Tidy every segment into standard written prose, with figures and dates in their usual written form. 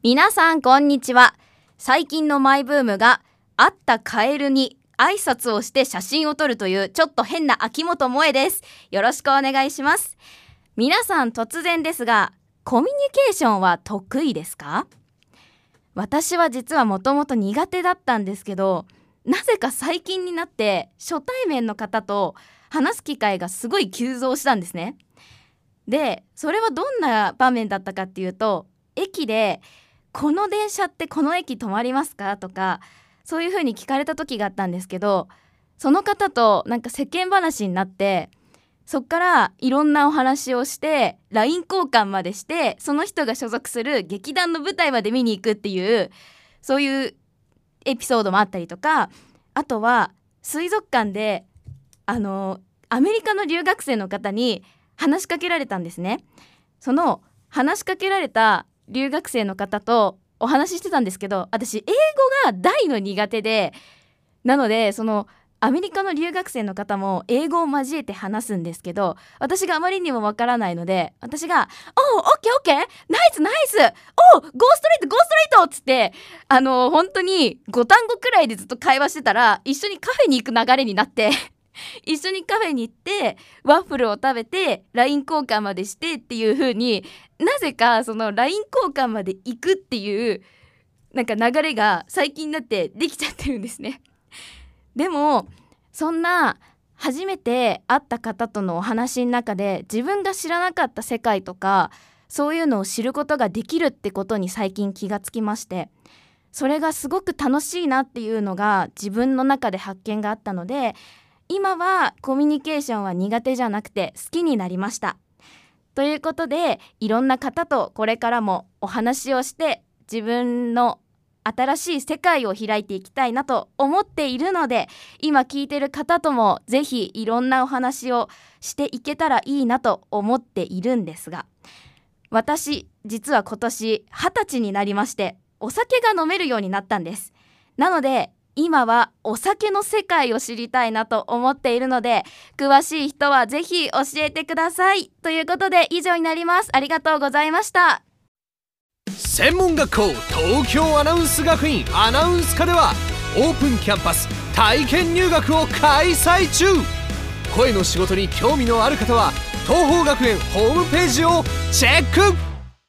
皆さんこんにちは。最近のマイブームが会ったカエルに挨拶をして写真を撮るというちょっと変な秋元萌です。よろしくお願いします。皆さん突然ですが、コミュニケーションは得意ですか？私は実はもともと苦手だったんですけど、なぜか最近になって初対面の方と話す機会がすごい急増したんですね。で、それはどんな場面だったかっていうと、駅でこの電車ってこの駅止まりますかとか、そういう風に聞かれた時があったんですけど、その方となんか世間話になって、そっからいろんなお話をして LINE 交換までして、その人が所属する劇団の舞台まで見に行くっていう、そういうエピソードもあったりとか、あとは水族館でアメリカの留学生の方に話しかけられたんですね。その話しかけられた留学生の方とお話ししてたんですけど、私英語が大の苦手で、なのでそのアメリカの留学生の方も英語を交えて話すんですけど、私があまりにもわからないので、私がオッケーオッケーナイスナイスゴーストレートゴーストレートっつって、本当に5単語くらいでずっと会話してたら、一緒にカフェに行く流れになって一緒にカフェに行ってワッフルを食べて LINE 交換までしてっていう風に、なぜかその LINE 交換まで行くっていうなんか流れが最近になってできちゃってるんですね。でもそんな初めて会った方とのお話の中で、自分が知らなかった世界とかそういうのを知ることができるってことに最近気がつきまして、それがすごく楽しいなっていうのが自分の中で発見があったので、今はコミュニケーションは苦手じゃなくて好きになりました。ということで、いろんな方とこれからもお話をして自分の新しい世界を開いていきたいなと思っているので、今聞いてる方ともぜひいろんなお話をしていけたらいいなと思っているんですが、私実は今年20歳になりまして、お酒が飲めるようになったんです。なので今はお酒の世界を知りたいなと思っているので、詳しい人はぜひ教えてください。ということで以上になります。ありがとうございました。 専門学校東京アナウンス学院アナウンス科ではオープンキャンパス体験入学を開催中。声の仕事に興味のある方は東邦学園ホームページをチェック。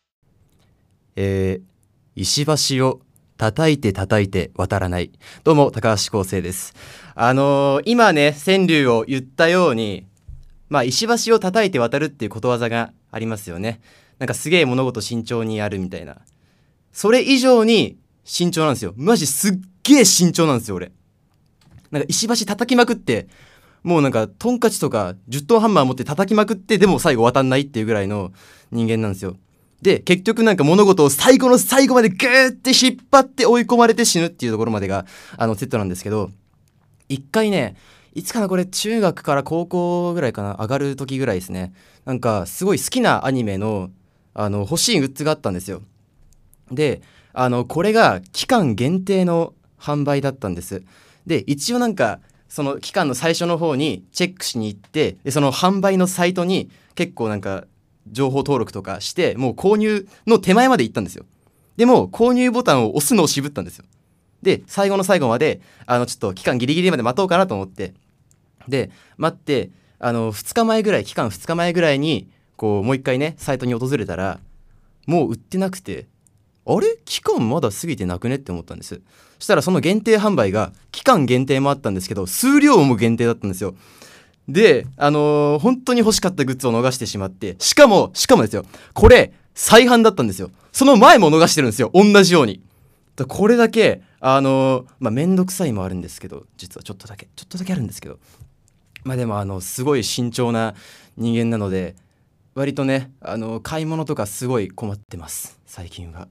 石橋を叩いて渡らない。どうも高橋康生です。今ね川柳を言ったように、石橋を叩いて渡るっていうことわざがありますよね。なんかすげえ物事慎重にやるみたいな、それ以上に慎重なんですよ。マジすっげえ慎重なんですよ俺。なんか石橋叩きまくって、もうなんかトンカチとか10トンハンマー持って叩きまくって、でも最後渡んないっていうぐらいの人間なんですよ。で結局なんか物事を最後の最後までグーって引っ張って追い込まれて死ぬっていうところまでがセットなんですけど、一回ね、いつかな、これ中学から高校ぐらいかな、上がる時ぐらいですね、なんかすごい好きなアニメの欲しいグッズがあったんですよ。でこれが期間限定の販売だったんです。で一応なんかその期間の最初の方にチェックしに行って、でその販売のサイトに結構なんか情報登録とかして、もう購入の手前まで行ったんですよ。でも購入ボタンを押すのを渋ったんですよ。で最後の最後までちょっと期間ギリギリまで待とうかなと思って、で待って2日前ぐらい、期間2日前ぐらいにこうもう一回ねサイトに訪れたら、もう売ってなくて、あれ期間まだ過ぎてなくねって思ったんです。そしたらその限定販売が期間限定もあったんですけど、数量も限定だったんですよ。で本当に欲しかったグッズを逃してしまって、しかもですよ、これ再販だったんですよ。その前も逃してるんですよ、同じように。これだけめんどくさいもあるんですけど、実はちょっとだけあるんですけど、でもすごい慎重な人間なので、割とね買い物とかすごい困ってます最近は。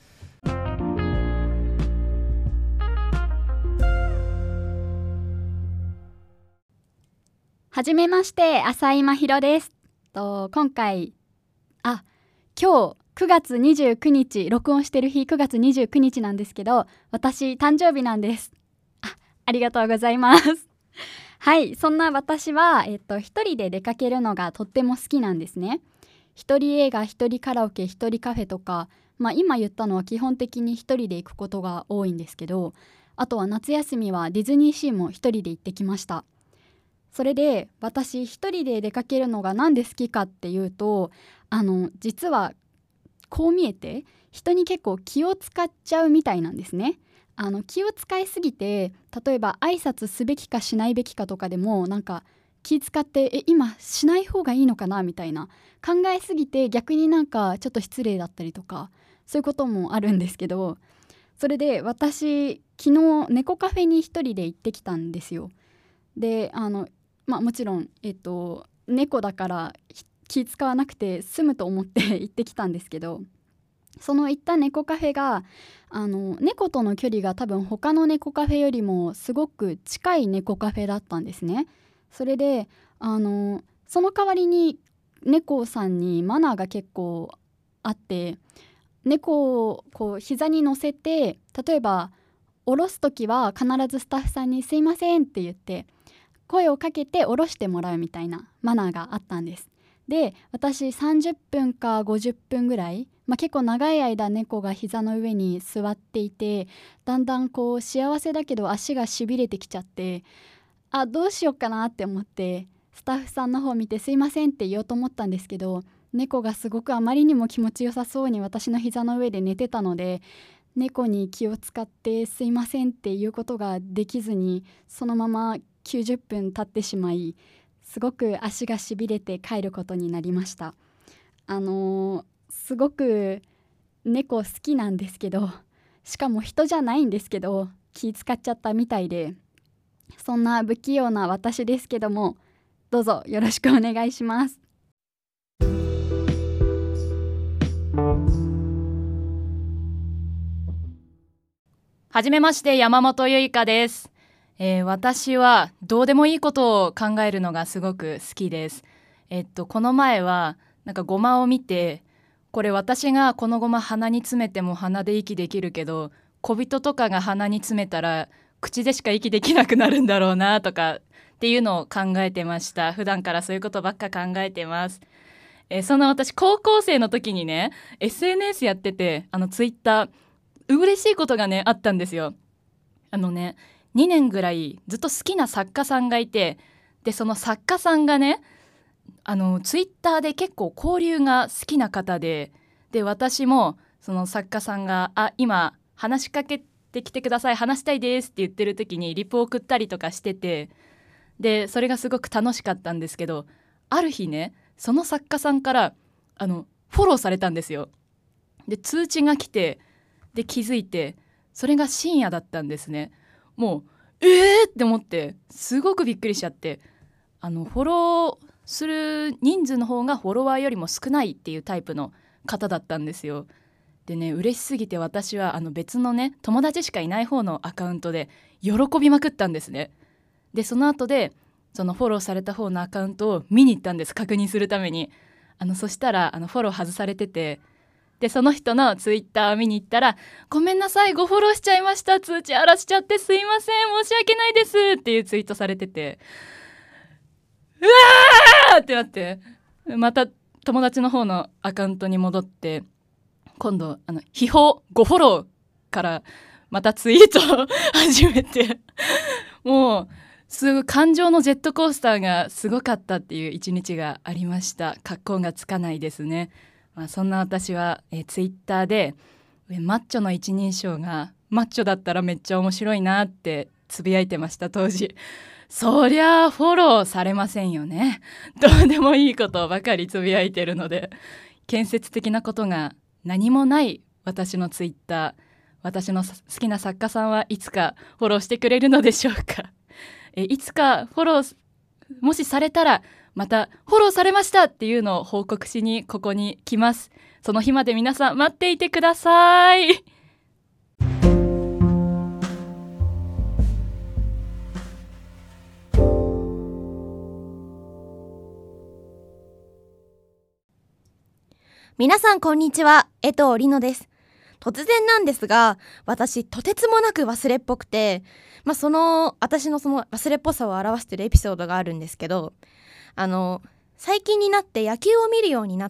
はじめまして、浅井真宙です。今回今日9月29日、録音してる日9月29日なんですけど、私誕生日なんです。ありがとうございますはい、そんな私は、一人で出かけるのがとっても好きなんですね。一人映画、一人カラオケ、一人カフェとか、 今言ったのは基本的に一人で行くことが多いんですけど、あとは夏休みはディズニーシーも一人で行ってきました。それで私一人で出かけるのがなんで好きかっていうと、実はこう見えて人に結構気を使っちゃうみたいなんですね。気を使いすぎて、例えば挨拶すべきかしないべきかとかでもなんか気使って今しない方がいいのかなみたいな考えすぎて、逆になんかちょっと失礼だったりとかそういうこともあるんですけど、それで私昨日猫カフェに一人で行ってきたんですよ。でもちろん、猫だから気使わなくて済むと思って行ってきたんですけど、その行った猫カフェが猫との距離が多分他の猫カフェよりもすごく近い猫カフェだったんですね。それでその代わりに猫さんにマナーが結構あって、猫をこう膝に乗せて、例えば下ろすときは必ずスタッフさんにすいませんって言って声をかけて下ろしてもらうみたいなマナーがあったんです。で私30分か50分ぐらい、結構長い間猫が膝の上に座っていて、だんだんこう幸せだけど足がしびれてきちゃって、どうしようかなって思ってスタッフさんの方見てすいませんって言おうと思ったんですけど、猫がすごくあまりにも気持ちよさそうに私の膝の上で寝てたので、猫に気を使ってすいませんっていうことができずに、そのまま90分経ってしまい、すごく足がしびれて帰ることになりました。すごく猫好きなんですけど、しかも人じゃないんですけど気使っちゃったみたいで、そんな不器用な私ですけども、どうぞよろしくお願いします。 はじめまして、山本ゆいかです。私はどうでもいいことを考えるのがすごく好きです。この前はなんかゴマを見て、これ私がこのゴマ鼻に詰めても鼻で息できるけど、小人とかが鼻に詰めたら口でしか息できなくなるんだろうなとかっていうのを考えてました。普段からそういうことばっか考えてます。その私高校生の時にね SNS やってて、ツイッター嬉しいことがねあったんですよ。2年ぐらいずっと好きな作家さんがいて、でその作家さんがねツイッターで結構交流が好きな方で、私もその作家さんが今話しかけてきてください、話したいですって言ってる時にリプを送ったりとかしてて、でそれがすごく楽しかったんですけど、ある日ねその作家さんからフォローされたんですよ。で通知が来て、で気づいて、それが深夜だったんですね。もうって思って、すごくびっくりしちゃって、フォローする人数の方がフォロワーよりも少ないっていうタイプの方だったんですよ。でね、嬉しすぎて私は別のね友達しかいない方のアカウントで喜びまくったんですね。でその後でそのフォローされた方のアカウントを見に行ったんです、確認するために。そしたらフォロー外されてて、でその人のツイッターを見に行ったら、ごめんなさいごフォローしちゃいました、通知荒らしちゃってすいません申し訳ないですっていうツイートされてて、うわーってなって、また友達の方のアカウントに戻って、今度秘宝ごフォローからまたツイートを始めてもうすごい感情のジェットコースターがすごかったっていう一日がありました。格好がつかないですね。そんな私はツイッターでマッチョの一人称がマッチョだったらめっちゃ面白いなってつぶやいてました、当時。そりゃフォローされませんよね。どうでもいいことばかりつぶやいてるので、建設的なことが何もない私のツイッター、私の好きな作家さんはいつかフォローしてくれるのでしょうか。いつかフォローもしされたら、またフォローされましたっていうのを報告しにここに来ます。その日まで皆さん待っていてください。 皆さんこんにちは、江藤里乃です。突然なんですが、私とてつもなく忘れっぽくて、私のその忘れっぽさを表しているエピソードがあるんですけど、 最近になって野球を見るようになって、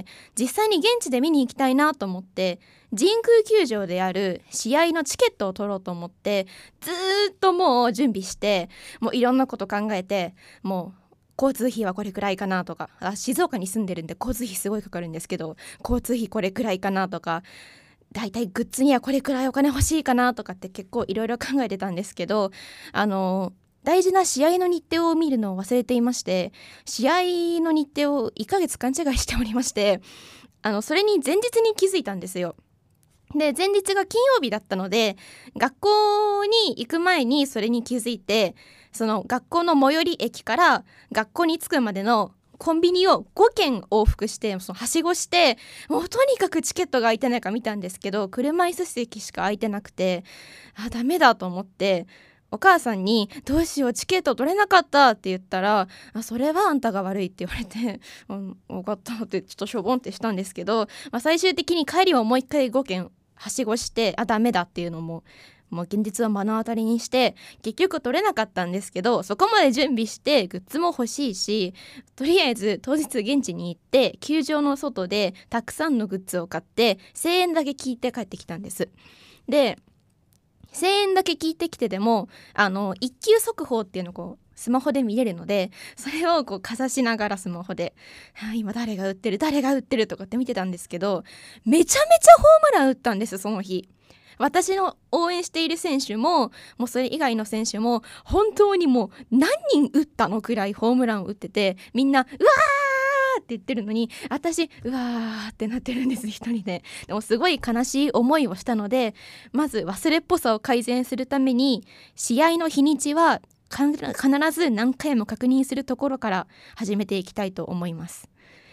実際に現地で見に行きたいなと思って、神宮球場である試合のチケットを取ろうと思って、ずーっともう準備して、もういろんなこと考えて、もう交通費はこれくらいかなとか、静岡に住んでるんで交通費すごいかかるんですけど、交通費これくらいかなとか、だいたいグッズにはこれくらいお金欲しいかなとかって結構いろいろ考えてたんですけど、大事な試合の日程を見るのを忘れていまして、試合の日程を1ヶ月勘違いしておりまして、それに前日に気づいたんですよ。で、前日が金曜日だったので、学校に行く前にそれに気づいて、その学校の最寄り駅から学校に着くまでのコンビニを5軒往復して、そのはしごして、もうとにかくチケットが空いてないか見たんですけど、車椅子席しか空いてなくて、ダメだと思って、お母さんにどうしようチケット取れなかったって言ったら、それはあんたが悪いって言われて、分かったってちょっとしょぼんってしたんですけど、最終的に帰りをもう一回5軒はしごして、ダメだっていうのもう現実は目の当たりにして、結局取れなかったんですけど、そこまで準備してグッズも欲しいし、とりあえず当日現地に行って球場の外でたくさんのグッズを買って声援だけ聞いて帰ってきたんです。で、声援だけ聞いてきてでも一球速報っていうのをスマホで見れるので、それをかざしながらスマホで、今誰が打ってるとかって見てたんですけど、めちゃめちゃホームラン打ったんです。その日私の応援している選手ももうそれ以外の選手も本当にもう何人打ったのくらいホームランを打ってて、みんなうわーって言ってるのに、私うわーってなってるんです、一人で。でもすごい悲しい思いをしたので、まず忘れっぽさを改善するために、試合の日にちは必ず何回も確認するところから始めていきたいと思います。